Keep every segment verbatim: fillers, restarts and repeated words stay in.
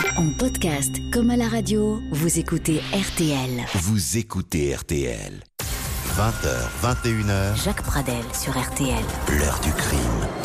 En podcast comme à la radio, vous écoutez R T L. Vous écoutez R T L. vingt heures, vingt et une heures. Jacques Pradel sur R T L. L'heure du crime.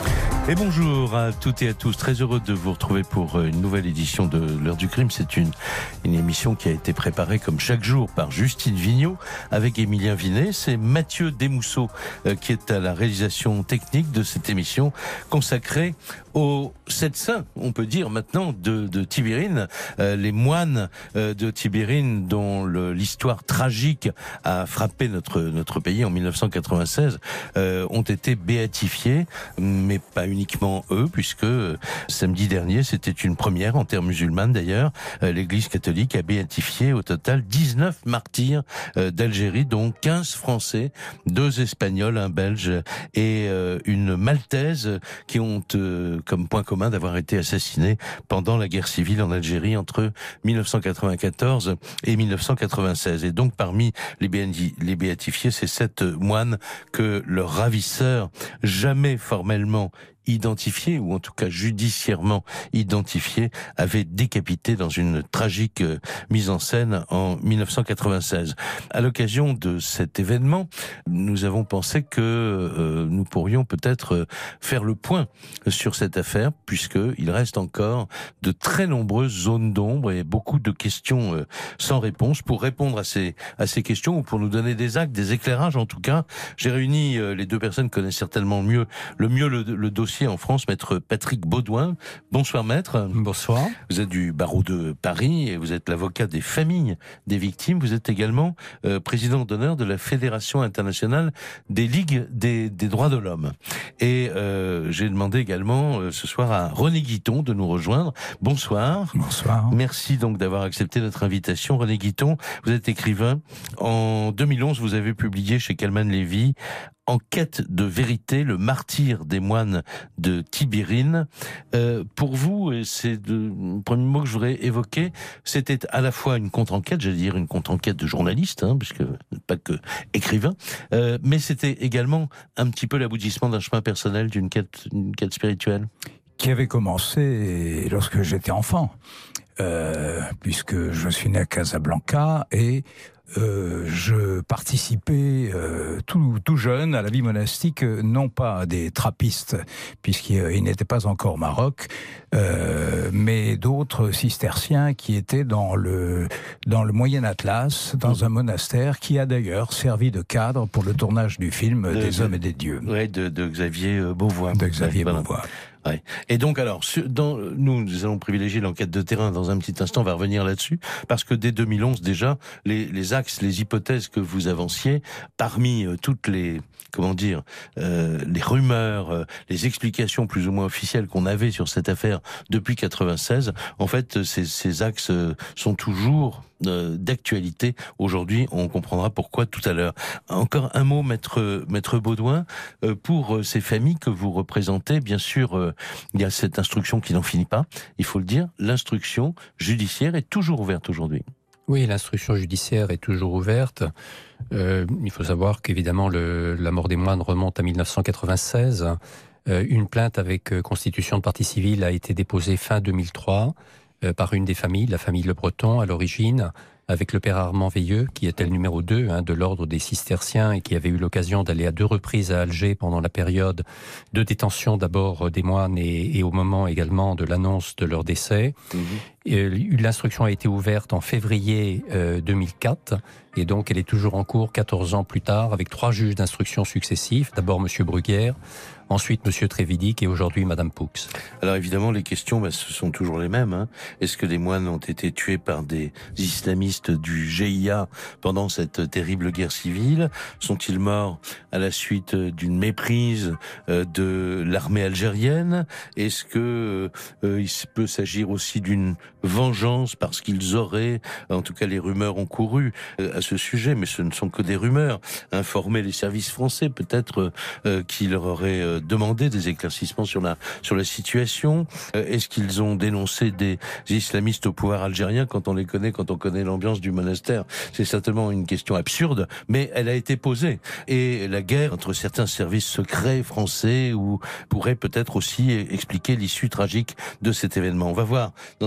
Et bonjour à toutes et à tous, très heureux de vous retrouver pour une nouvelle édition de l'heure du crime. C'est une, une émission qui a été préparée comme chaque jour par Justine Vignot avec Émilien Vinet. C'est Mathieu Desmousseaux euh, qui est à la réalisation technique de cette émission consacrée aux sept saints, on peut dire maintenant, de, de Tibérine, euh, les moines euh, de Tibérine dont le, l'histoire tragique a frappé notre, notre pays en mille neuf cent quatre-vingt-seize, euh, ont été béatifiés, mais pas uniquement eux, puisque euh, samedi dernier, c'était une première en terre musulmane d'ailleurs. Euh, L'Église catholique a béatifié au total dix-neuf martyrs euh, d'Algérie, dont quinze Français, deux Espagnols, un Belge et euh, une Maltaise, qui ont euh, comme point commun d'avoir été assassinés pendant la guerre civile en Algérie entre mille neuf cent quatre-vingt-quatorze et mille neuf cent quatre-vingt-seize. Et donc parmi les, béati- les béatifiés, c'est sept moines que leurs ravisseurs, jamais formellement identifié, ou en tout cas judiciairement identifié, avait décapité dans une tragique euh, mise en scène en mille neuf cent quatre-vingt-seize. À l'occasion de cet événement, nous avons pensé que euh, nous pourrions peut-être euh, faire le point sur cette affaire, puisqu'il reste encore de très nombreuses zones d'ombre et beaucoup de questions euh, sans réponse. Pour répondre à ces, à ces questions, ou pour nous donner des actes, des éclairages en tout cas, j'ai réuni euh, les deux personnes qui connaissent certainement mieux, le mieux le, le dossier en France, maître Patrick Baudouin. Bonsoir maître. Bonsoir. Vous êtes du barreau de Paris et vous êtes l'avocat des familles des victimes. Vous êtes également euh, président d'honneur de la Fédération internationale des ligues des, des droits de l'homme. Et euh, j'ai demandé également euh, ce soir à René Guiton de nous rejoindre. Bonsoir. Bonsoir. Merci donc d'avoir accepté notre invitation. René Guiton, vous êtes écrivain. En deux mille onze, vous avez publié chez Calman Lévy En quête de vérité, le martyr des moines de Tibérine. Euh, pour vous, et c'est le premier mot que je voudrais évoquer, c'était à la fois une contre-enquête, j'allais dire une contre-enquête de journaliste, hein, puisque pas que écrivain, euh, mais c'était également un petit peu l'aboutissement d'un chemin personnel, d'une quête, une quête spirituelle. Qui avait commencé lorsque j'étais enfant, euh, puisque je suis né à Casablanca et Euh, je participais euh, tout, tout jeune à la vie monastique, non pas des trappistes, puisqu'ils n'étaient pas encore au Maroc, euh, mais d'autres cisterciens qui étaient dans le, dans le Moyen Atlas, dans un monastère qui a d'ailleurs servi de cadre pour le tournage du film de, Des de, hommes et des dieux. Oui, de, de Xavier Beauvois. De Xavier voilà. Beauvois. Ouais. Et donc alors, dans, nous, nous allons privilégier l'enquête de terrain dans un petit instant, on va revenir là-dessus, parce que dès deux mille onze déjà, les, les axes, les hypothèses que vous avanciez, parmi euh, toutes les, comment dire, euh, les rumeurs, euh, les explications plus ou moins officielles qu'on avait sur cette affaire depuis quatre-vingt-seize, en fait, ces, ces axes euh, sont toujours euh, d'actualité. Aujourd'hui, on comprendra pourquoi tout à l'heure. Encore un mot, maître, maître Baudouin, euh, pour euh, ces familles que vous représentez, bien sûr, euh, il y a cette instruction qui n'en finit pas, il faut le dire, l'instruction judiciaire est toujours ouverte aujourd'hui. Oui, l'instruction judiciaire est toujours ouverte. Euh, il faut savoir qu'évidemment, le, la mort des moines remonte à mille neuf cent quatre-vingt-seize. Euh, une plainte avec euh, constitution de partie civile a été déposée fin deux mille trois euh, par une des familles, la famille Le Breton à l'origine, avec le père Armand Veilleux, qui était le numéro deux hein, de l'ordre des cisterciens et qui avait eu l'occasion d'aller à deux reprises à Alger pendant la période de détention d'abord des moines et, et au moment également de l'annonce de leur décès. Mmh. Et, l'instruction a été ouverte en février euh, deux mille quatre et donc elle est toujours en cours quatorze ans plus tard avec trois juges d'instruction successifs. D'abord M. Bruguière, ensuite M. Trévidic et aujourd'hui Mme Poux. Alors évidemment les questions bah, ce sont toujours les mêmes. Hein. Est-ce que les moines ont été tués par des islamistes du G I A pendant cette terrible guerre civile? Sont-ils morts à la suite d'une méprise euh, de l'armée algérienne? Est-ce que euh, il peut s'agir aussi d'une vengeance parce qu'ils auraient, en tout cas les rumeurs ont couru euh, à ce sujet, mais ce ne sont que des rumeurs, informer les services français peut-être euh, qui leur auraient euh, demandé des éclaircissements sur la sur la situation. Euh, est-ce qu'ils ont dénoncé des islamistes au pouvoir algérien? Quand on les connaît, quand on connaît l'ambiance du monastère, c'est certainement une question absurde, mais elle a été posée. Et la guerre entre certains services secrets français ou pourrait peut-être aussi expliquer l'issue tragique de cet événement. On va voir dans un instant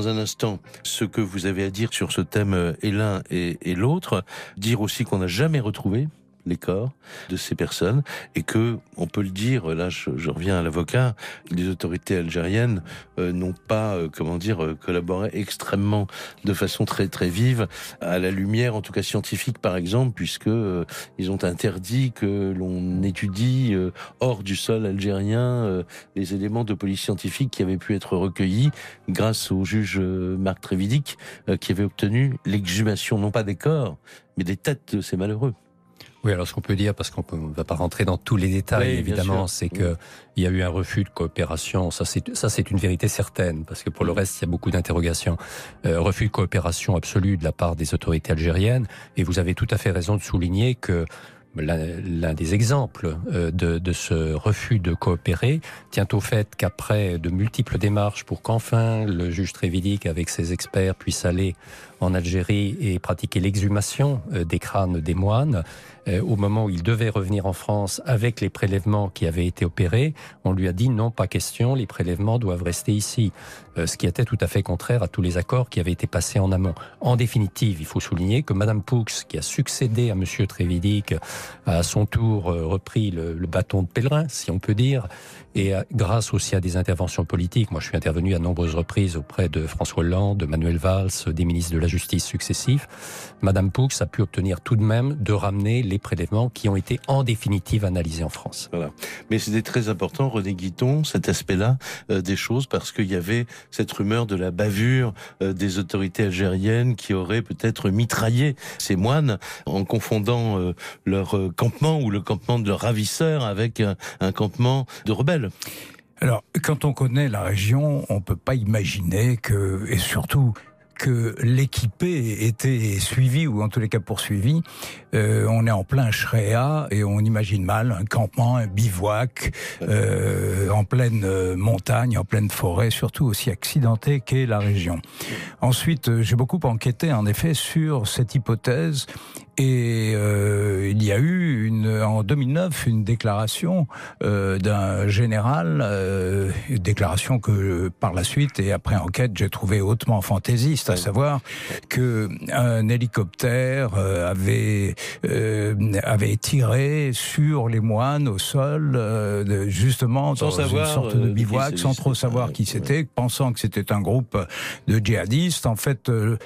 temps ce que vous avez à dire sur ce thème et l'un et, et l'autre, dire aussi qu'on n'a jamais retrouvé les corps de ces personnes et que, on peut le dire, là je, je reviens à l'avocat, les autorités algériennes euh, n'ont pas, euh, comment dire, euh, collaboré extrêmement de façon très très vive à la lumière, en tout cas scientifique par exemple, puisque euh, ils ont interdit que l'on étudie euh, hors du sol algérien euh, les éléments de police scientifique qui avaient pu être recueillis grâce au juge euh, Marc Trévidic euh, qui avait obtenu l'exhumation non pas des corps mais des têtes de ces malheureux. Oui, alors ce qu'on peut dire, parce qu'on ne va pas rentrer dans tous les détails, oui, évidemment, c'est que il y a eu un refus de coopération. Ça, c'est ça, c'est une vérité certaine, parce que pour le reste, il y a beaucoup d'interrogations. Euh, refus de coopération absolu de la part des autorités algériennes. Et vous avez tout à fait raison de souligner que L'un, l'un des exemples de, de ce refus de coopérer tient au fait qu'après de multiples démarches pour qu'enfin le juge Trévidic avec ses experts puisse aller en Algérie et pratiquer l'exhumation des crânes des moines, au moment où il devait revenir en France avec les prélèvements qui avaient été opérés, on lui a dit non, pas question, les prélèvements doivent rester ici. Ce qui était tout à fait contraire à tous les accords qui avaient été passés en amont. En définitive, il faut souligner que Madame Poux, qui a succédé à Monsieur Trévidic, a à son tour repris le, le bâton de pèlerin, si on peut dire, et grâce aussi à des interventions politiques. Moi, je suis intervenu à nombreuses reprises auprès de François Hollande, de Manuel Valls, des ministres de la Justice successifs. Madame Poux a pu obtenir tout de même de ramener les prélèvements qui ont été en définitive analysés en France. Voilà. Mais c'était très important, René Guiton, cet aspect-là euh, des choses, parce qu'il y avait cette rumeur de la bavure euh, des autorités algériennes qui auraient peut-être mitraillé ces moines en confondant euh, leur euh, campement ou le campement de leurs ravisseurs avec un, un campement de rebelles. Alors, quand on connaît la région, on peut pas imaginer que, et surtout, que l'équipé était suivi, ou en tous les cas poursuivi. Euh, on est en plein Shrea et on imagine mal un campement, un bivouac, euh, en pleine montagne, en pleine forêt, surtout aussi accidentée qu'est la région. Ensuite, j'ai beaucoup enquêté en effet sur cette hypothèse. Et euh, il y a eu une, en deux mille neuf une déclaration euh, d'un général, euh, une déclaration que par la suite et après enquête j'ai trouvé hautement fantaisiste, à savoir que un hélicoptère euh, avait euh, avait tiré sur les moines au sol, euh, justement sans dans savoir, une sorte de bivouac, euh, sans trop savoir qui c'était, ouais. Pensant que c'était un groupe de djihadistes. En fait. Euh,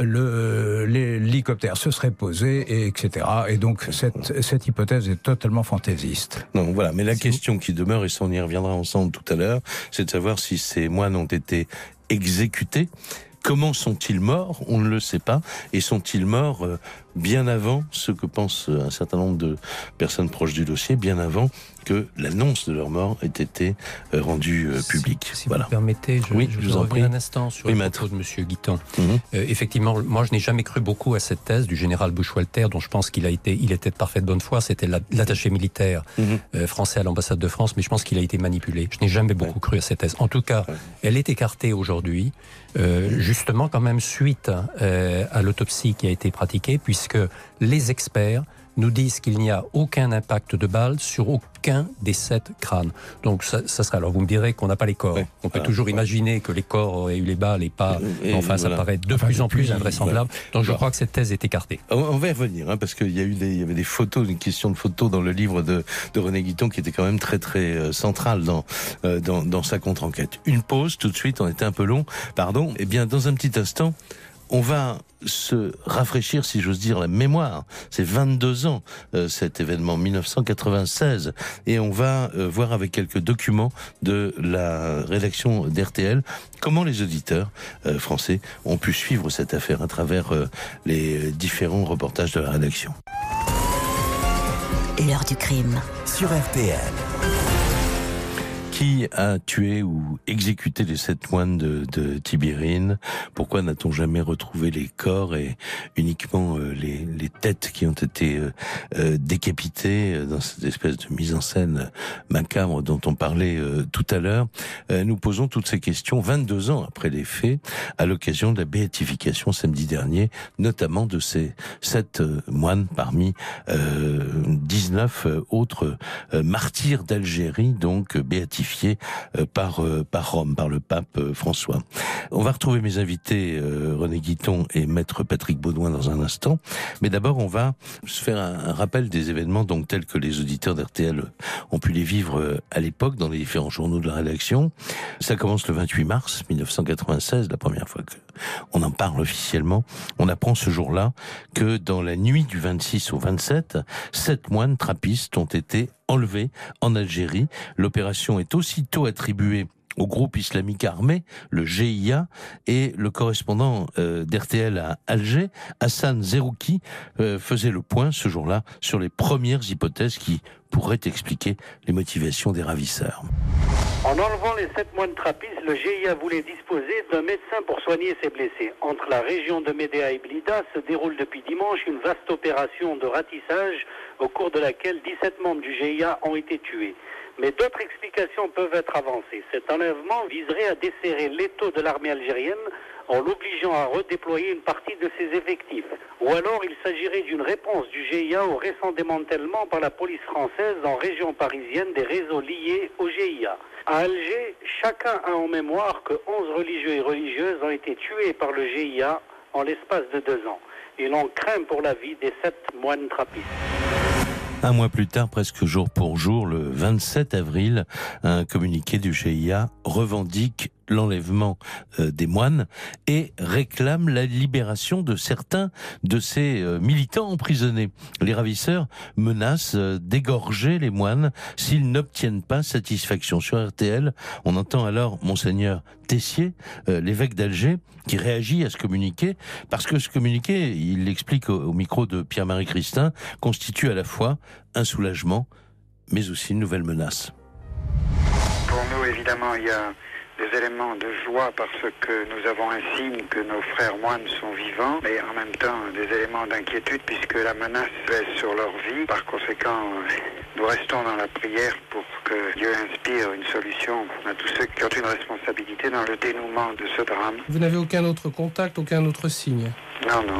Le, l'hélicoptère se serait posé, et etc. Et donc cette, cette hypothèse est totalement fantaisiste. Non, voilà. Mais la c'est question vous... qui demeure, et ça on y reviendra ensemble tout à l'heure, c'est de savoir si ces moines ont été exécutés. Comment sont-ils morts ? On ne le sait pas. Et sont-ils morts euh, bien avant ce que pensent un certain nombre de personnes proches du dossier, bien avant que l'annonce de leur mort ait été euh, rendue euh, publique. Si, si voilà. vous permettez, je, oui, je, je je vous reviens en un instant sur oui, le maître. propos de Monsieur Guiton. Mm-hmm. Euh, effectivement, moi je n'ai jamais cru beaucoup à cette thèse du général Buchwalter, dont je pense qu'il a été, il était de parfaite bonne foi. C'était la, l'attaché militaire mm-hmm. euh, français à l'ambassade de France, mais je pense qu'il a été manipulé. Je n'ai jamais beaucoup ouais. cru à cette thèse. En tout cas, ouais. elle est écartée aujourd'hui, euh, justement quand même suite euh, à l'autopsie qui a été pratiquée, puisque les experts nous disent qu'il n'y a aucun impact de balle sur aucun des sept crânes. Donc ça, ça serait, alors vous me direz qu'on n'a pas les corps. Ouais, on peut voilà, toujours ouais. imaginer que les corps auraient eu les balles et pas, et, enfin et ça voilà. paraît de enfin, plus en plus invraisemblable. Voilà. Donc je bon. crois que cette thèse est écartée. On, on va y revenir, hein, parce qu'il y a eu des, il y avait des photos, une question de photos dans le livre de, de René Guiton qui était quand même très très euh, centrale dans, euh, dans, dans sa contre-enquête. Une pause, tout de suite, on était un peu long, pardon. Eh bien, dans un petit instant, on va se rafraîchir, si j'ose dire, la mémoire. C'est vingt-deux ans, euh, cet événement, dix-neuf cent quatre-vingt-seize. Et on va euh, voir avec quelques documents de la rédaction d'R T L comment les auditeurs euh, français ont pu suivre cette affaire à travers euh, les différents reportages de la rédaction. L'heure du crime. Sur R T L. Qui a tué ou exécuté les sept moines de, de Tibérine ? Pourquoi n'a-t-on jamais retrouvé les corps et uniquement euh, les, les têtes qui ont été euh, euh, décapitées dans cette espèce de mise en scène macabre dont on parlait euh, tout à l'heure ? euh, Nous posons toutes ces questions vingt-deux ans après les faits, à l'occasion de la béatification samedi dernier, notamment de ces sept euh, moines parmi euh, dix-neuf autres euh, martyrs d'Algérie, donc béatifiés ratifié euh, par, euh, par Rome, par le pape euh, François. On va retrouver mes invités, euh, René Guiton et Maître Patrick Baudouin, dans un instant. Mais d'abord, on va se faire un, un rappel des événements donc tels que les auditeurs d'R T L ont pu les vivre euh, à l'époque dans les différents journaux de la rédaction. Ça commence le vingt-huit mars mille neuf cent quatre-vingt-seize, la première fois que on en parle officiellement. On apprend ce jour-là que dans la nuit du vingt-six au vingt-sept, sept moines trappistes ont été enlevés en Algérie. L'opération est aussitôt attribuée au groupe islamique armé, le G I A, et le correspondant euh, d'R T L à Alger, Hassan Zerouki, euh, faisait le point ce jour-là sur les premières hypothèses qui pourraient expliquer les motivations des ravisseurs. En enlevant les sept moines trappistes, le G I A voulait disposer d'un médecin pour soigner ses blessés. Entre la région de Médéa et Blida se déroule depuis dimanche une vaste opération de ratissage au cours de laquelle dix-sept membres du G I A ont été tués. Mais d'autres explications peuvent être avancées. Cet enlèvement viserait à desserrer l'étau de l'armée algérienne en l'obligeant à redéployer une partie de ses effectifs. Ou alors il s'agirait d'une réponse du G I A au récent démantèlement par la police française en région parisienne des réseaux liés au G I A. À Alger, chacun a en mémoire que onze religieux et religieuses ont été tués par le G I A en l'espace de deux ans. Et l'on craint pour la vie des sept moines trappistes. Un mois plus tard, presque jour pour jour, le vingt-sept avril, un communiqué du G I A revendique l'enlèvement euh, des moines et réclame la libération de certains de ces euh, militants emprisonnés. Les ravisseurs menacent euh, d'égorger les moines s'ils n'obtiennent pas satisfaction. Sur R T L, on entend alors Monseigneur Tessier, euh, l'évêque d'Alger, qui réagit à ce communiqué, parce que ce communiqué, il l'explique au, au micro de Pierre-Marie Christin, constitue à la fois un soulagement, mais aussi une nouvelle menace. Pour nous, évidemment, il y a des éléments de joie parce que nous avons un signe que nos frères moines sont vivants, mais en même temps des éléments d'inquiétude puisque la menace pèse sur leur vie. Par conséquent, nous restons dans la prière pour que Dieu inspire une solution à tous ceux qui ont une responsabilité dans le dénouement de ce drame. Vous n'avez aucun autre contact, aucun autre signe? Non, non.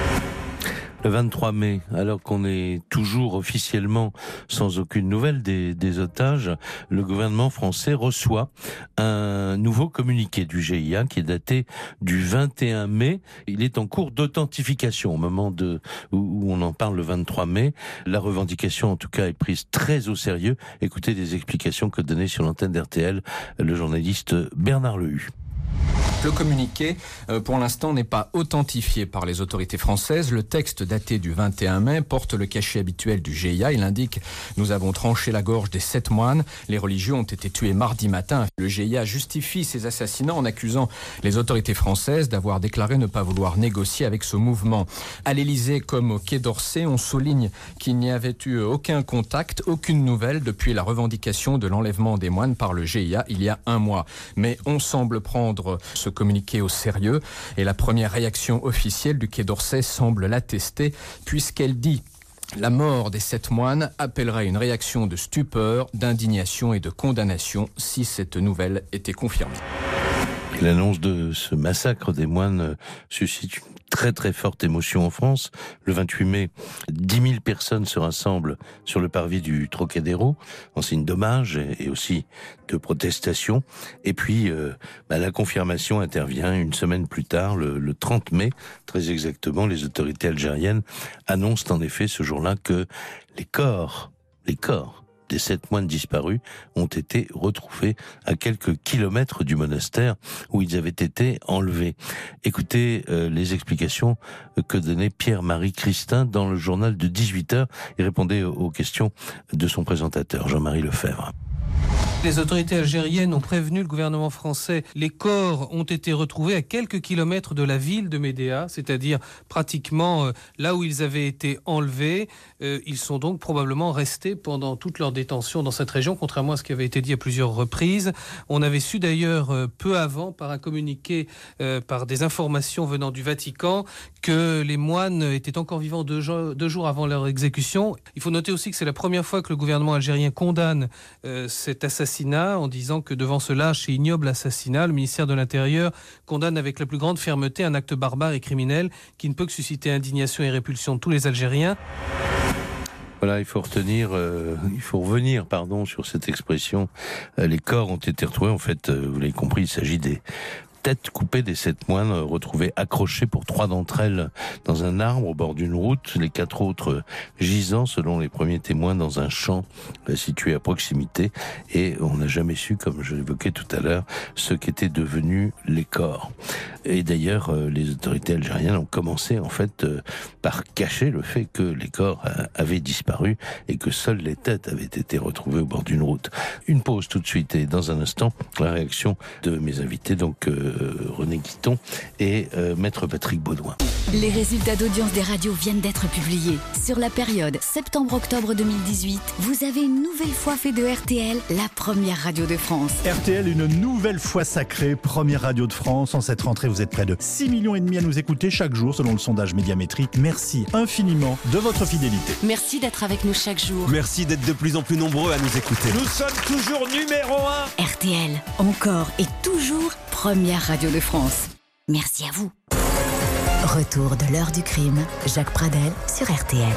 Le vingt-trois mai, alors qu'on est toujours officiellement sans aucune nouvelle des, des otages, le gouvernement français reçoit un nouveau communiqué du G I A qui est daté du vingt et un mai. Il est en cours d'authentification au moment de, où, où on en parle le vingt-trois mai. La revendication, en tout cas, est prise très au sérieux. Écoutez des explications que donnait sur l'antenne d'R T L le journaliste Bernard Lehu. Le communiqué, euh, pour l'instant, n'est pas authentifié par les autorités françaises. Le texte daté du vingt et un mai porte le cachet habituel du G I A. Il indique « Nous avons tranché la gorge des sept moines. Les religieux ont été tués mardi matin. » Le G I A justifie ces assassinats en accusant les autorités françaises d'avoir déclaré ne pas vouloir négocier avec ce mouvement. À l'Élysée comme au Quai d'Orsay, on souligne qu'il n'y avait eu aucun contact, aucune nouvelle depuis la revendication de l'enlèvement des moines par le G I A il y a un mois. Mais on semble prendre ce communiqué au sérieux et la première réaction officielle du Quai d'Orsay semble l'attester puisqu'elle dit « La mort des sept moines appellerait une réaction de stupeur, d'indignation et de condamnation si cette nouvelle était confirmée. » L'annonce de ce massacre des moines suscite une très très forte émotion en France. Le vingt-huit mai, dix mille personnes se rassemblent sur le parvis du Trocadéro en signe d'hommage et aussi de protestation. Et puis, euh, bah, la confirmation intervient une semaine plus tard, le, le trente mai, très exactement. Les autorités algériennes annoncent en effet ce jour-là que les corps, les corps des sept moines disparus ont été retrouvés à quelques kilomètres du monastère où ils avaient été enlevés. Écoutez euh, les explications que donnait Pierre-Marie Christin dans le journal de dix-huit heures. Il répondait aux questions de son présentateur, Jean-Marie Lefebvre. Les autorités algériennes ont prévenu le gouvernement français. Les corps ont été retrouvés à quelques kilomètres de la ville de Médéa, c'est-à-dire pratiquement euh, là où ils avaient été enlevés. Euh, ils sont donc probablement restés pendant toute leur détention dans cette région, contrairement à ce qui avait été dit à plusieurs reprises. On avait su d'ailleurs euh, peu avant, par un communiqué, euh, par des informations venant du Vatican, que les moines étaient encore vivants deux, jo- deux jours avant leur exécution. Il faut noter aussi que c'est la première fois que le gouvernement algérien condamne euh, cet assassinat en disant que devant ce lâche et ignoble assassinat, le ministère de l'Intérieur condamne avec la plus grande fermeté un acte barbare et criminel qui ne peut que susciter indignation et répulsion de tous les Algériens. Voilà, il faut retenir, euh, il faut revenir, pardon, sur cette expression. Euh, les corps ont été retrouvés. En fait, euh, vous l'avez compris, il s'agit des têtes coupées des sept moines retrouvées accrochées pour trois d'entre elles dans un arbre au bord d'une route, les quatre autres gisant, selon les premiers témoins, dans un champ situé à proximité. Et on n'a jamais su, comme je l'évoquais tout à l'heure, ce qu'étaient devenus les corps. Et d'ailleurs, les autorités algériennes ont commencé en fait par cacher le fait que les corps avaient disparu et que seules les têtes avaient été retrouvées au bord d'une route. Une pause tout de suite et dans un instant, la réaction de mes invités, donc euh, René Guiton et euh, Maître Patrick Baudouin. Les résultats d'audience des radios viennent d'être publiés. Sur la période septembre-octobre deux mille dix-huit, vous avez une nouvelle fois fait de R T L la première radio de France. R T L, une nouvelle fois sacrée, première radio de France. En cette rentrée, vous êtes près de six millions et demi à nous écouter chaque jour selon le sondage médiamétrique. Merci infiniment de votre fidélité. Merci d'être avec nous chaque jour. Merci d'être de plus en plus nombreux à nous écouter. Nous sommes toujours numéro un. R T L, encore et toujours première radio de France. Merci à vous. Retour de l'heure du crime, Jacques Pradel sur R T L.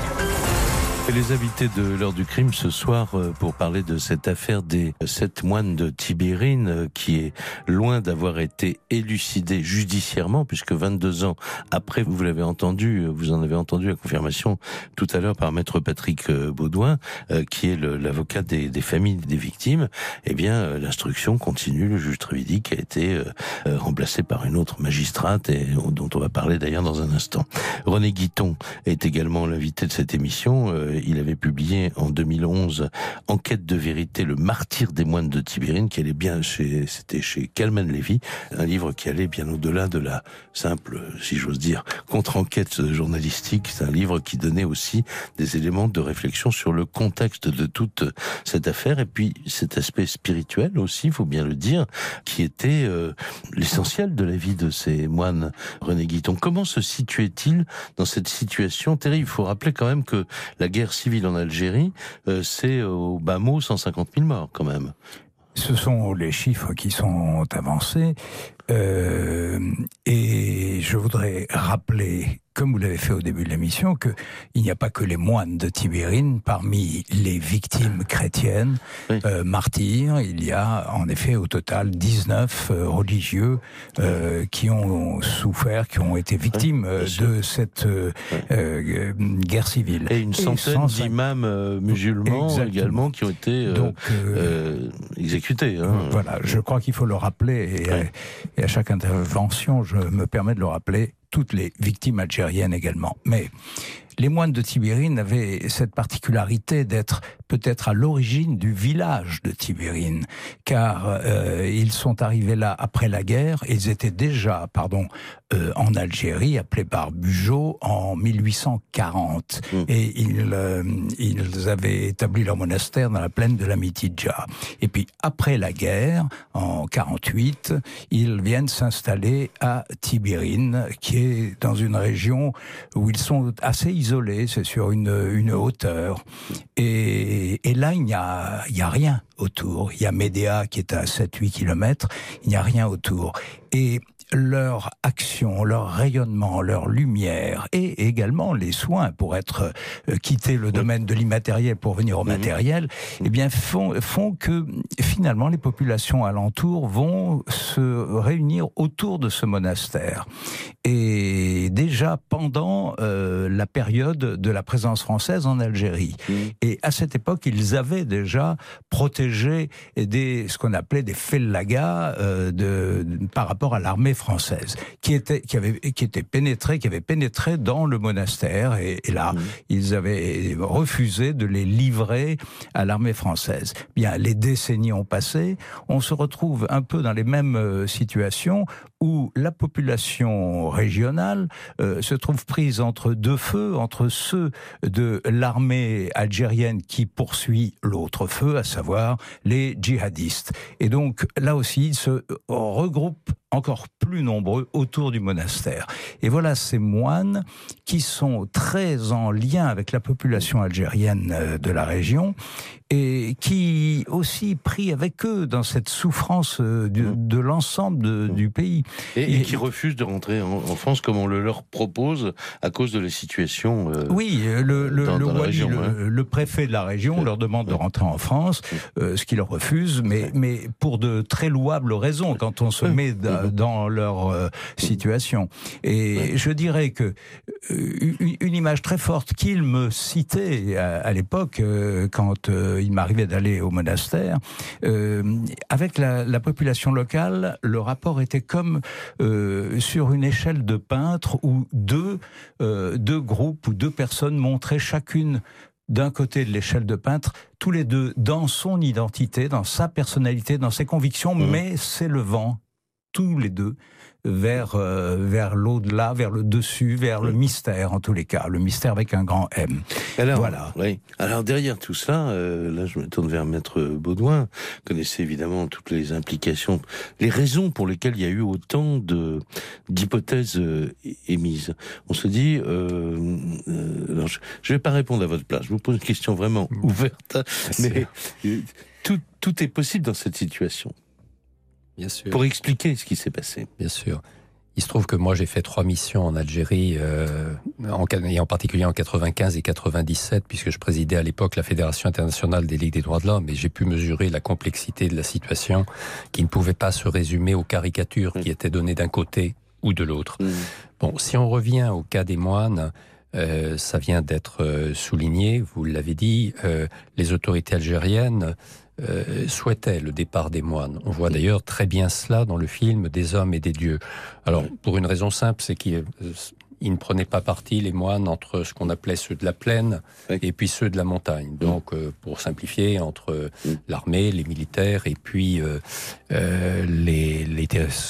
Et les invités de l'heure du crime ce soir pour parler de cette affaire des sept moines de Tibérine qui est loin d'avoir été élucidée judiciairement puisque vingt-deux ans après, vous l'avez entendu, vous en avez entendu la confirmation tout à l'heure par Maître Patrick Baudouin qui est le, l'avocat des, des familles des victimes, eh bien l'instruction continue, le juge Trévidic a été euh, remplacé par une autre magistrate et dont on va parler d'ailleurs dans un instant. René Guiton est également l'invité de cette émission. Euh, Il avait publié en deux mille onze Enquête de vérité, le martyr des moines de Tibérine, qui allait bien chez, c'était chez Kalman Levy, un livre qui allait bien au-delà de la simple, si j'ose dire, contre-enquête journalistique. C'est un livre qui donnait aussi des éléments de réflexion sur le contexte de toute cette affaire et puis cet aspect spirituel aussi, il faut bien le dire, qui était euh, l'essentiel de la vie de ces moines. René Guiton, comment se situait-il dans cette situation terrible? Il faut rappeler quand même que la guerre civile en Algérie, euh, c'est au bas mot cent cinquante mille morts quand même. Ce sont les chiffres qui sont avancés euh, et je voudrais rappeler, comme vous l'avez fait au début de l'émission, qu'il n'y a pas que les moines de Tibérine parmi les victimes chrétiennes oui. euh, martyrs. Il y a en effet au total dix-neuf euh, religieux euh, qui ont souffert, qui ont été victimes oui, euh, de cette euh, oui. euh, guerre civile. Et une centaine Et d'imams euh, musulmans Exactement. également qui ont été euh, Donc, euh, euh, exécutés. Hein. Voilà, je crois qu'il faut le rappeler et, oui. à, et à chaque intervention, je me permets de le rappeler, toutes les victimes algériennes également. Mais les moines de Tibérine avaient cette particularité d'être peut-être à l'origine du village de Tibérine, car euh, ils sont arrivés là après la guerre, et ils étaient déjà, pardon, euh, en Algérie, appelés par Bugeaud, en mille huit cent quarante. Mmh. Et ils, euh, ils avaient établi leur monastère dans la plaine de la Mitidja. Et puis, après la guerre, en quarante-huit, ils viennent s'installer à Tibérine, qui est dans une région où ils sont assez isolés, c'est sur une, une hauteur. Et, et là, il n'y a, il n'y a rien autour. Il y a Médéa qui est à sept à huit kilomètres, il n'y a rien autour. Et leur action, leur rayonnement, leur lumière et également les soins pour être euh, quitter le domaine de l'immatériel pour venir au matériel, mmh. eh bien font font que finalement les populations alentours vont se réunir autour de ce monastère. Et déjà pendant euh, la période de la présence française en Algérie. Mmh. Et à cette époque, ils avaient déjà protégé des ce qu'on appelait des fellagas euh, de, de par rapport à l'armée française, qui était, qui avait, qui était pénétré, qui avait pénétré dans le monastère, et, et là, mmh. ils avaient refusé de les livrer à l'armée française. Bien, les décennies ont passé, on se retrouve un peu dans les mêmes euh, situations où la population régionale euh, se trouve prise entre deux feux, entre ceux de l'armée algérienne qui poursuit l'autre feu, à savoir les djihadistes. Et donc, là aussi, ils se regroupent encore plus nombreux autour du monastère. Et voilà ces moines qui sont très en lien avec la population algérienne de la région et qui aussi prient avec eux dans cette souffrance de, de l'ensemble de, du pays. Et, et, et qui refusent de rentrer en, en France comme on le leur propose à cause de la situation euh, Oui, le, le, dans, le, dans la wali, région, le, hein. le préfet de la région leur demande de rentrer en France, euh, ce qu'ils leur refusent, mais, mais pour de très louables raisons quand on se met da, dans leur euh, situation. Et je dirais que euh, une, une image très forte qu'il me citait à, à l'époque, euh, quand euh, il m'arrivait d'aller au monastère, euh, avec la, la population locale, le rapport était comme euh, sur une échelle de peintre où deux, euh, deux groupes ou deux personnes montraient chacune d'un côté de l'échelle de peintre, tous les deux dans son identité, dans sa personnalité, dans ses convictions, mmh. mais s'élevant tous les deux vers, euh, vers l'au-delà, vers le dessus, vers le mystère en tous les cas, le mystère avec un grand M. Alors, voilà. Oui. Alors derrière tout ça, euh, là je me tourne vers Maître Baudouin, vous connaissez évidemment toutes les implications, les raisons pour lesquelles il y a eu autant de d'hypothèses euh, émises. On se dit, euh, euh, alors je ne vais pas répondre à votre place, je vous pose une question vraiment ouverte, mais euh, tout, tout est possible dans cette situation. Bien sûr. Pour expliquer ce qui s'est passé. Bien sûr. Il se trouve que moi j'ai fait trois missions en Algérie, euh, en, et en particulier en quatre-vingt-quinze et quatre-vingt-dix-sept, puisque je présidais à l'époque la Fédération internationale des Ligues des droits de l'homme, et j'ai pu mesurer la complexité de la situation, qui ne pouvait pas se résumer aux caricatures qui étaient données d'un côté ou de l'autre. Mmh. Bon, si on revient au cas des moines, euh, ça vient d'être euh, souligné, vous l'avez dit, euh, les autorités algériennes Euh, souhaitait le départ des moines. On voit d'ailleurs très bien cela dans le film Des hommes et des dieux. Alors, pour une raison simple, c'est qu'ils euh, ne prenaient pas parti, les moines, entre ce qu'on appelait ceux de la plaine et puis ceux de la montagne. Donc, euh, pour simplifier, entre l'armée, les militaires et puis euh, euh, les, les,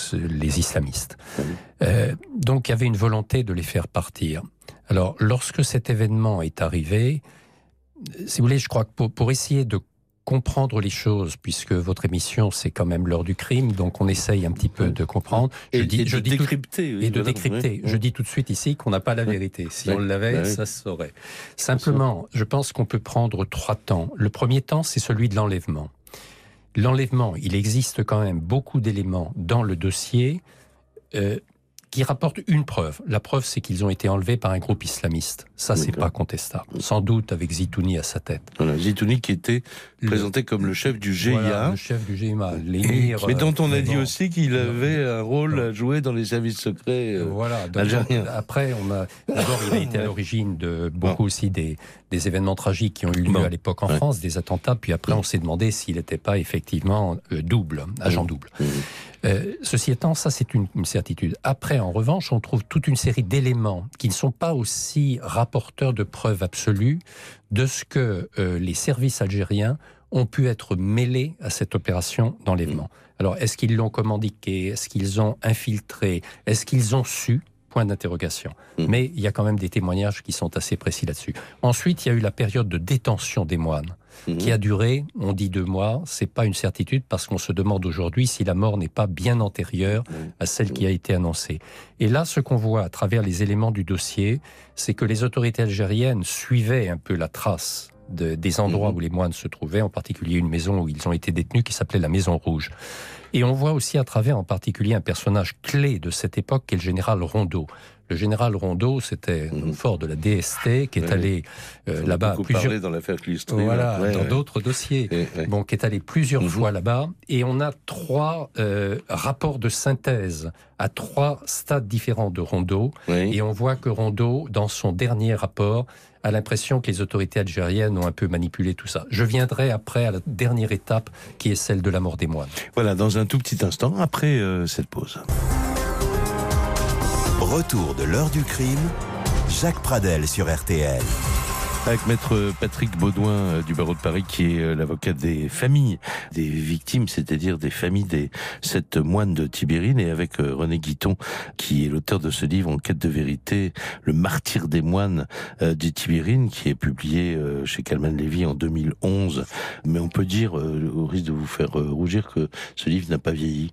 les islamistes. Euh, donc, il y avait une volonté de les faire partir. Alors, lorsque cet événement est arrivé, si vous voulez, je crois que pour, pour essayer de comprendre les choses, puisque votre émission c'est quand même l'heure du crime, donc on essaye un petit peu de comprendre. Et, je dis, et je de dis décrypter. Tout, oui, et de voilà, décrypter. oui. Je dis tout de suite ici qu'on n'a pas la vérité. Si oui. on l'avait, bah oui. ça se saurait. Simplement, je pense qu'on peut prendre trois temps. Le premier temps, c'est celui de l'enlèvement. L'enlèvement, il existe quand même beaucoup d'éléments dans le dossier euh, qui rapportent une preuve. La preuve, c'est qu'ils ont été enlevés par un groupe islamiste. Ça, c'est pas contestable. Sans doute avec Zitouni à sa tête. Voilà, Zitouni qui était le... présenté comme le chef du G I A. Voilà, le chef du G I A, l'émir. Mais dont on a euh, dit bon. aussi qu'il avait un rôle non. à jouer dans les services secrets euh, voilà, donc, algériens. Après, on a d'abord, il a été à l'origine de beaucoup bon. aussi des, des événements tragiques qui ont eu lieu bon. à l'époque en ouais. France, des attentats. Puis après, on s'est demandé s'il n'était pas effectivement euh, double, agent mmh. double. Mmh. Euh, ceci étant, ça c'est une, une certitude. Après, en revanche, on trouve toute une série d'éléments qui ne sont pas aussi rapporteurs de preuves absolues de ce que euh, les services algériens ont pu être mêlés à cette opération d'enlèvement. Mmh. Alors, est-ce qu'ils l'ont commandiqué? Est-ce qu'ils ont infiltré? Est-ce qu'ils ont su? Point d'interrogation. Mmh. Mais il y a quand même des témoignages qui sont assez précis là-dessus. Ensuite, il y a eu la période de détention des moines, mmh. qui a duré, on dit deux mois, c'est pas une certitude parce qu'on se demande aujourd'hui si la mort n'est pas bien antérieure mmh. à celle qui a été annoncée. Et là, ce qu'on voit à travers les éléments du dossier, c'est que les autorités algériennes suivaient un peu la trace de, des endroits mmh. où les moines se trouvaient, en particulier une maison où ils ont été détenus qui s'appelait la Maison Rouge. Et on voit aussi à travers en particulier un personnage clé de cette époque qui est le général Rondeau. Le général Rondeau, c'était mmh. fort de la D S T qui est ouais. allé euh, là-bas plusieurs parlé dans l'affaire Clistry, voilà, ouais, dans ouais. d'autres dossiers. Ouais, ouais. Bon, qui est allé plusieurs mmh. fois là-bas et on a trois euh, rapports de synthèse à trois stades différents de Rondeau ouais. et on voit que Rondeau, dans son dernier rapport, a l'impression que les autorités algériennes ont un peu manipulé tout ça. Je viendrai après à la dernière étape qui est celle de la mort des moines. Voilà, dans un tout petit instant, après euh, cette pause. Retour de l'heure du crime, Jacques Pradel sur R T L. Avec maître Patrick Baudouin du barreau de Paris, qui est l'avocat des familles des victimes, c'est-à-dire des familles des sept moines de Tibérine, et avec René Guiton, qui est l'auteur de ce livre, En quête de vérité, le martyr des moines de Tibérine, qui est publié chez Calman Lévy en deux mille onze. Mais on peut dire, au risque de vous faire rougir, que ce livre n'a pas vieilli.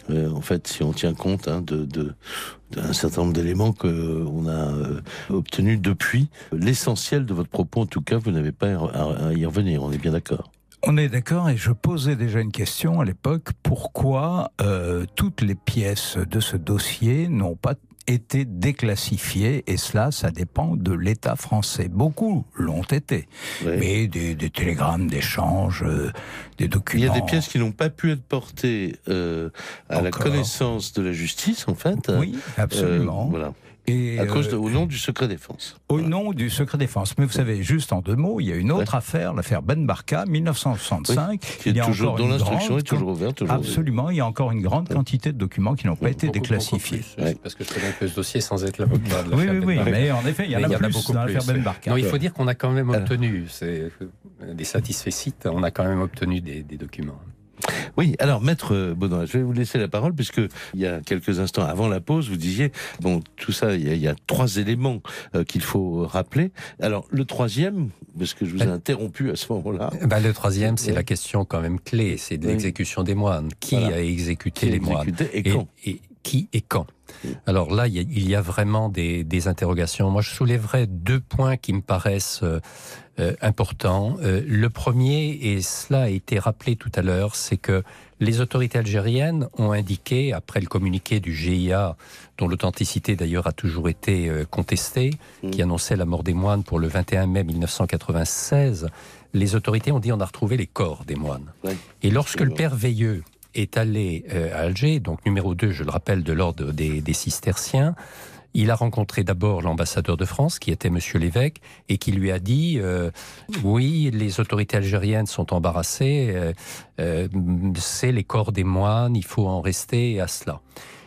euh, en fait, si on tient compte hein, de, de d'un certain nombre d'éléments qu'on a euh, obtenus depuis. L'essentiel de votre propos, en tout cas, vous n'avez pas à, à y revenir, on est bien d'accord. On est d'accord, et je posais déjà une question à l'époque, pourquoi euh, toutes les pièces de ce dossier n'ont pas été déclassifiées, et cela, ça dépend de l'État français. Beaucoup l'ont été, oui. mais des, des télégrammes d'échange, euh, des documents... Il y a des pièces qui n'ont pas pu être portées euh, à Encore. la connaissance de la justice, en fait. Oui, absolument. Euh, voilà. Et à cause de, euh, au nom du secret défense. Au voilà. nom du secret défense. Mais vous savez, juste en deux mots, il y a une autre ouais. affaire, l'affaire Ben Barka, mille neuf cent soixante-cinq. Oui, qui est il y a toujours, dont l'instruction est toujours ouverte. Toujours absolument, il y a encore une grande ouais. quantité de documents qui n'ont pas ouais, été beaucoup, déclassifiés. Beaucoup ouais. Parce que je connais un peu ce dossier sans être l'avocat de Oui, oui, ben oui, mais en effet, il y en a, y en a plus dans l'affaire Ben Barka. Non, il faut dire qu'on a quand même obtenu, c'est des satisfaits sites, on a quand même obtenu des, des documents. Oui, alors Maître Baudouin, je vais vous laisser la parole puisque il y a quelques instants avant la pause, vous disiez, bon, tout ça, il y a, il y a trois éléments euh, qu'il faut rappeler. Alors le troisième, parce que je vous ai interrompu à ce moment-là. Ben, le troisième, c'est ouais. la question quand même clé, c'est de oui. l'exécution des moines. Qui voilà. a exécuté qui les moines et, quand et, et qui et quand Alors là, il y a, il y a vraiment des, des interrogations. Moi, je soulèverais deux points qui me paraissent euh, euh, importants. Euh, le premier, et cela a été rappelé tout à l'heure, c'est que les autorités algériennes ont indiqué, après le communiqué du G I A, dont l'authenticité d'ailleurs a toujours été euh, contestée, mmh. qui annonçait la mort des moines pour le vingt et un mai mille neuf cent quatre-vingt-seize, les autorités ont dit on a retrouvé les corps des moines. Ouais. Et lorsque le père Veilleux est allé euh, à Alger, donc numéro deux, je le rappelle, de l'ordre des, des cisterciens, il a rencontré d'abord l'ambassadeur de France, qui était Monsieur l'évêque, et qui lui a dit euh, « Oui, les autorités algériennes sont embarrassées, euh, euh, c'est les corps des moines, il faut en rester à cela. »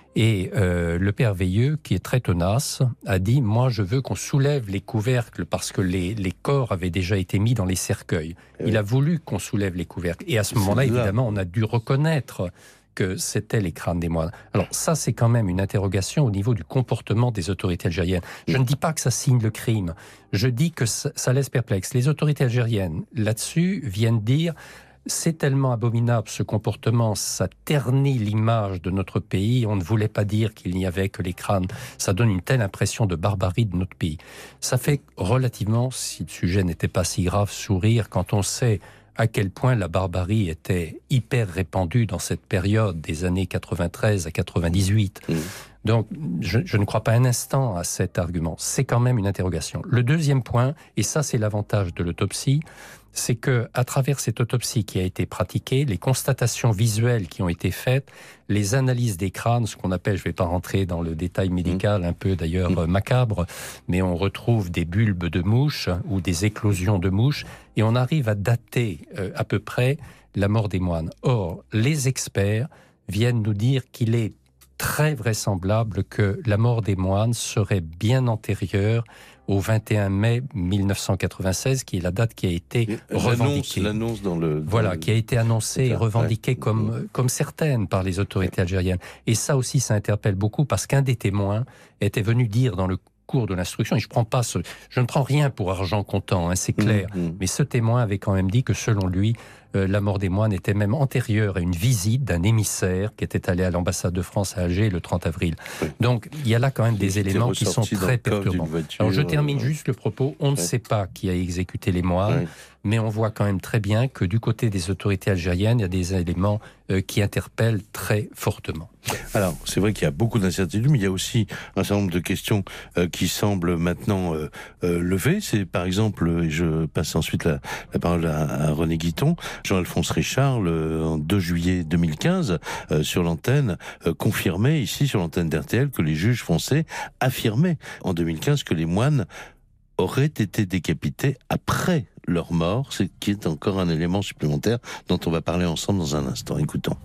Et euh, le père Veilleux, qui est très tenace, a dit « Moi, je veux qu'on soulève les couvercles parce que les, les corps avaient déjà été mis dans les cercueils. » Il a voulu qu'on soulève les couvercles. Et à ce moment-là, évidemment, on a dû reconnaître que c'était les crânes des moines. Alors ça, c'est quand même une interrogation au niveau du comportement des autorités algériennes. Je ne dis pas que ça signe le crime. Je dis que ça, ça laisse perplexe. Les autorités algériennes, là-dessus, viennent dire... C'est tellement abominable ce comportement, ça ternit l'image de notre pays, on ne voulait pas dire qu'il n'y avait que les crânes, ça donne une telle impression de barbarie de notre pays. Ça fait relativement, si le sujet n'était pas si grave, sourire quand on sait à quel point la barbarie était hyper répandue dans cette période des années quatre-vingt-treize à quatre-vingt-dix-huit. Mmh. Donc, je, je ne crois pas un instant à cet argument. C'est quand même une interrogation. Le deuxième point, et ça c'est l'avantage de l'autopsie, c'est que, à travers cette autopsie qui a été pratiquée, les constatations visuelles qui ont été faites, les analyses des crânes, ce qu'on appelle, je ne vais pas rentrer dans le détail médical, un peu d'ailleurs mmh. macabre, mais on retrouve des bulbes de mouches ou des éclosions de mouches, et on arrive à dater euh, à peu près la mort des moines. Or, les experts viennent nous dire qu'il est très vraisemblable que la mort des moines serait bien antérieure au vingt et un mai mille neuf cent quatre-vingt-seize, qui est la date qui a été revendiquée. L'annonce dans le... Dans voilà, le... qui a été annoncée et revendiquée ouais. comme, comme certaine par les autorités algériennes. Et ça aussi, ça interpelle beaucoup, parce qu'un des témoins était venu dire dans le cours de l'instruction, et je prends pas ce, je ne prends rien pour argent comptant, hein, c'est clair, mmh, mmh. mais ce témoin avait quand même dit que selon lui, euh, la mort des moines était même antérieure à une visite d'un émissaire qui était allé à l'ambassade de France à Alger le trente avril. Oui. Donc il y a là quand même des éléments qui sont très perturbants. Voiture, Alors je termine euh... juste le propos, on ouais. ne sait pas qui a exécuté les moines, ouais. mais on voit quand même très bien que du côté des autorités algériennes, il y a des éléments euh, qui interpellent très fortement. Alors, c'est vrai qu'il y a beaucoup d'incertitudes, mais il y a aussi un certain nombre de questions euh, qui semblent maintenant euh, euh, levées. C'est par exemple, et je passe ensuite la, la parole à, à René Guiton, Jean-Alphonse Richard, le en deux juillet deux mille quinze, euh, sur l'antenne, euh, confirmait ici sur l'antenne d'R T L que les juges français affirmaient en deux mille quinze que les moines auraient été décapités après leur mort, ce qui est encore un élément supplémentaire dont on va parler ensemble dans un instant. Écoutons.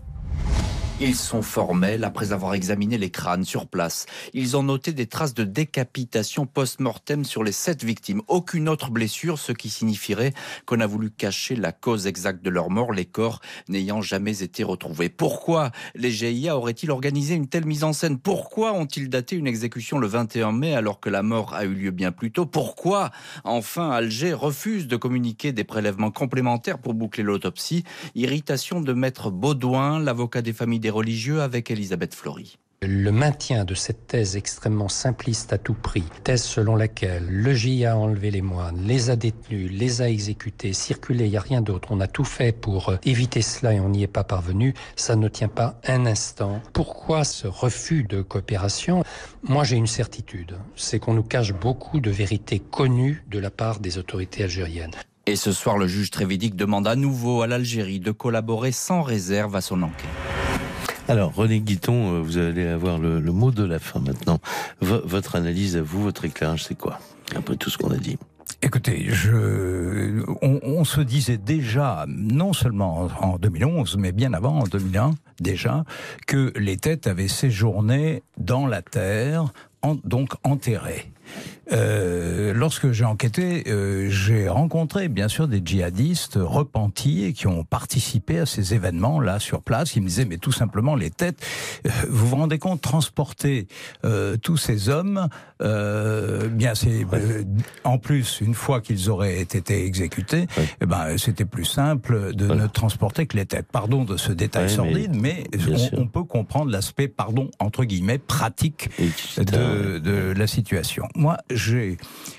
Ils sont formels après avoir examiné les crânes sur place. Ils ont noté des traces de décapitation post-mortem sur les sept victimes. Aucune autre blessure, ce qui signifierait qu'on a voulu cacher la cause exacte de leur mort, les corps n'ayant jamais été retrouvés. Pourquoi les G I A auraient-ils organisé une telle mise en scène ? Pourquoi ont-ils daté une exécution le vingt et un mai alors que la mort a eu lieu bien plus tôt ? Pourquoi, enfin, Alger refuse de communiquer des prélèvements complémentaires pour boucler l'autopsie ? Irritation de Maître Baudouin, l'avocat des familles des religieux avec Elisabeth Flory. Le maintien de cette thèse extrêmement simpliste à tout prix, thèse selon laquelle le J I A a enlevé les moines, les a détenus, les a exécutés, circulés, il n'y a rien d'autre. On a tout fait pour éviter cela et on n'y est pas parvenu. Ça ne tient pas un instant. Pourquoi ce refus de coopération ? Moi, j'ai une certitude, c'est qu'on nous cache beaucoup de vérités connues de la part des autorités algériennes. Et ce soir, le juge Trévidic demande à nouveau à l'Algérie de collaborer sans réserve à son enquête. Alors, René Guiton, vous allez avoir le, le mot de la fin maintenant. V- votre analyse à vous, votre éclairage, c'est quoi, après tout ce qu'on a dit ? Écoutez, je, on, on se disait déjà, non seulement en deux mille onze, mais bien avant, en deux mille un, déjà, que les têtes avaient séjourné dans la terre, en, donc enterrées. Euh, lorsque j'ai enquêté, euh, j'ai rencontré bien sûr des djihadistes repentis et qui ont participé à ces événements là sur place. Ils me disaient mais tout simplement les têtes, euh, vous vous rendez compte, transporter euh, tous ces hommes, euh, bien c'est euh, en plus une fois qu'ils auraient été exécutés, ouais. eh ben c'était plus simple de ouais. ne transporter que les têtes. Pardon de ce détail ouais, sordide, mais, mais on, on peut comprendre l'aspect pardon entre guillemets pratique de, de la situation. Moi, j'ai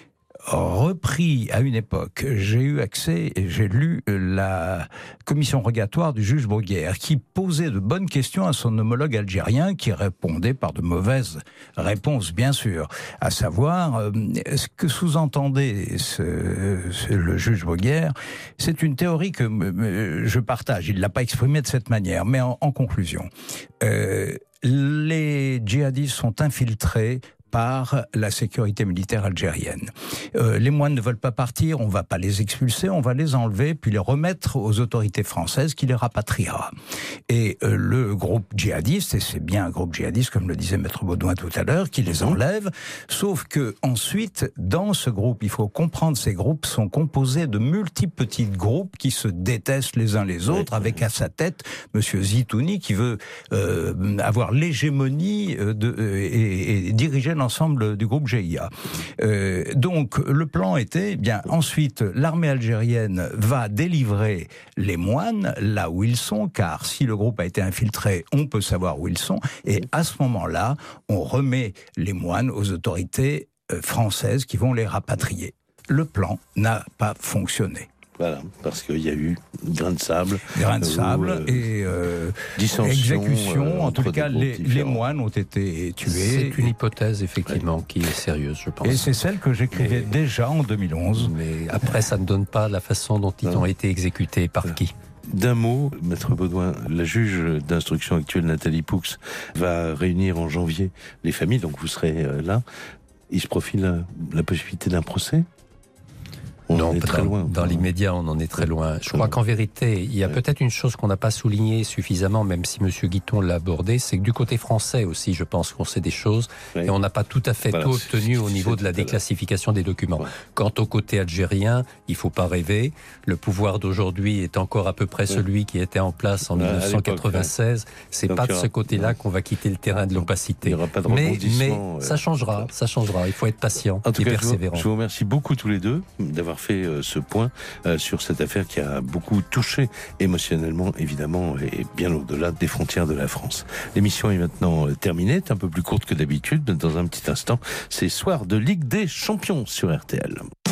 repris à une époque, j'ai eu accès et j'ai lu la commission rogatoire du juge Bruguière qui posait de bonnes questions à son homologue algérien qui répondait par de mauvaises réponses, bien sûr. À savoir, euh, ce que sous-entendait ce, ce, le juge Bruguière, c'est une théorie que euh, je partage. Il ne l'a pas exprimée de cette manière, mais en, en conclusion, euh, les djihadistes sont infiltrés par la sécurité militaire algérienne. Euh, les moines ne veulent pas partir, on ne va pas les expulser, on va les enlever, puis les remettre aux autorités françaises qui les rapatriera. Et euh, le groupe djihadiste, et c'est bien un groupe djihadiste, comme le disait Maître Baudouin tout à l'heure, qui les enlève, sauf que ensuite, dans ce groupe, il faut comprendre, ces groupes sont composés de multiples petits groupes qui se détestent les uns les autres, avec à sa tête Monsieur Zitouni qui veut euh, avoir l'hégémonie euh, de, euh, et, et diriger l'ensemble du groupe J I A. Euh, donc le plan était, eh bien ensuite l'armée algérienne va délivrer les moines là où ils sont, car si le groupe a été infiltré, on peut savoir où ils sont, et à ce moment-là, on remet les moines aux autorités euh, françaises qui vont les rapatrier. Le plan n'a pas fonctionné. Voilà, parce qu'il y a eu grain de sable. Grain de sable euh, et euh, exécution. Euh, en tout cas, les, les moines ont été tués. C'est une hypothèse, effectivement, ouais. qui est sérieuse, je pense. Et c'est celle que j'écrivais mais, déjà en deux mille onze. Mais après, ça ne donne pas la façon dont ils non. ont été exécutés, par voilà. qui. D'un mot, Maître Baudouin, la juge d'instruction actuelle, Nathalie Poux, va réunir en janvier les familles, donc vous serez là. Il se profile la, la possibilité d'un procès ? On non, est très dans, loin. Dans l'immédiat, on en est très loin. Je crois qu'en vérité, il y a peut-être une chose qu'on n'a pas soulignée suffisamment, même si M. Guiton l'a abordé, c'est que du côté français aussi, je pense qu'on sait des choses, oui. et on n'a pas tout à fait voilà, tout obtenu au niveau de la déclassification des documents. Ouais. Quant au côté algérien, il ne faut pas rêver. Le pouvoir d'aujourd'hui est encore à peu près ouais. celui qui était en place en ouais, dix-neuf cent quatre-vingt-seize. C'est donc, pas de ce côté-là ouais. qu'on va quitter le terrain de l'opacité. Il n'y aura pas de mais, mais euh, ça changera, ça changera. Il faut être patient en tout et cas, persévérant. Je vous, je vous remercie beaucoup tous les deux d'avoir fait euh, ce point euh, sur cette affaire qui a beaucoup touché émotionnellement, évidemment, et bien au-delà des frontières de la France. L'émission est maintenant euh, terminée, est un peu plus courte que d'habitude. Dans un petit instant, c'est Soir de Ligue des Champions sur R T L.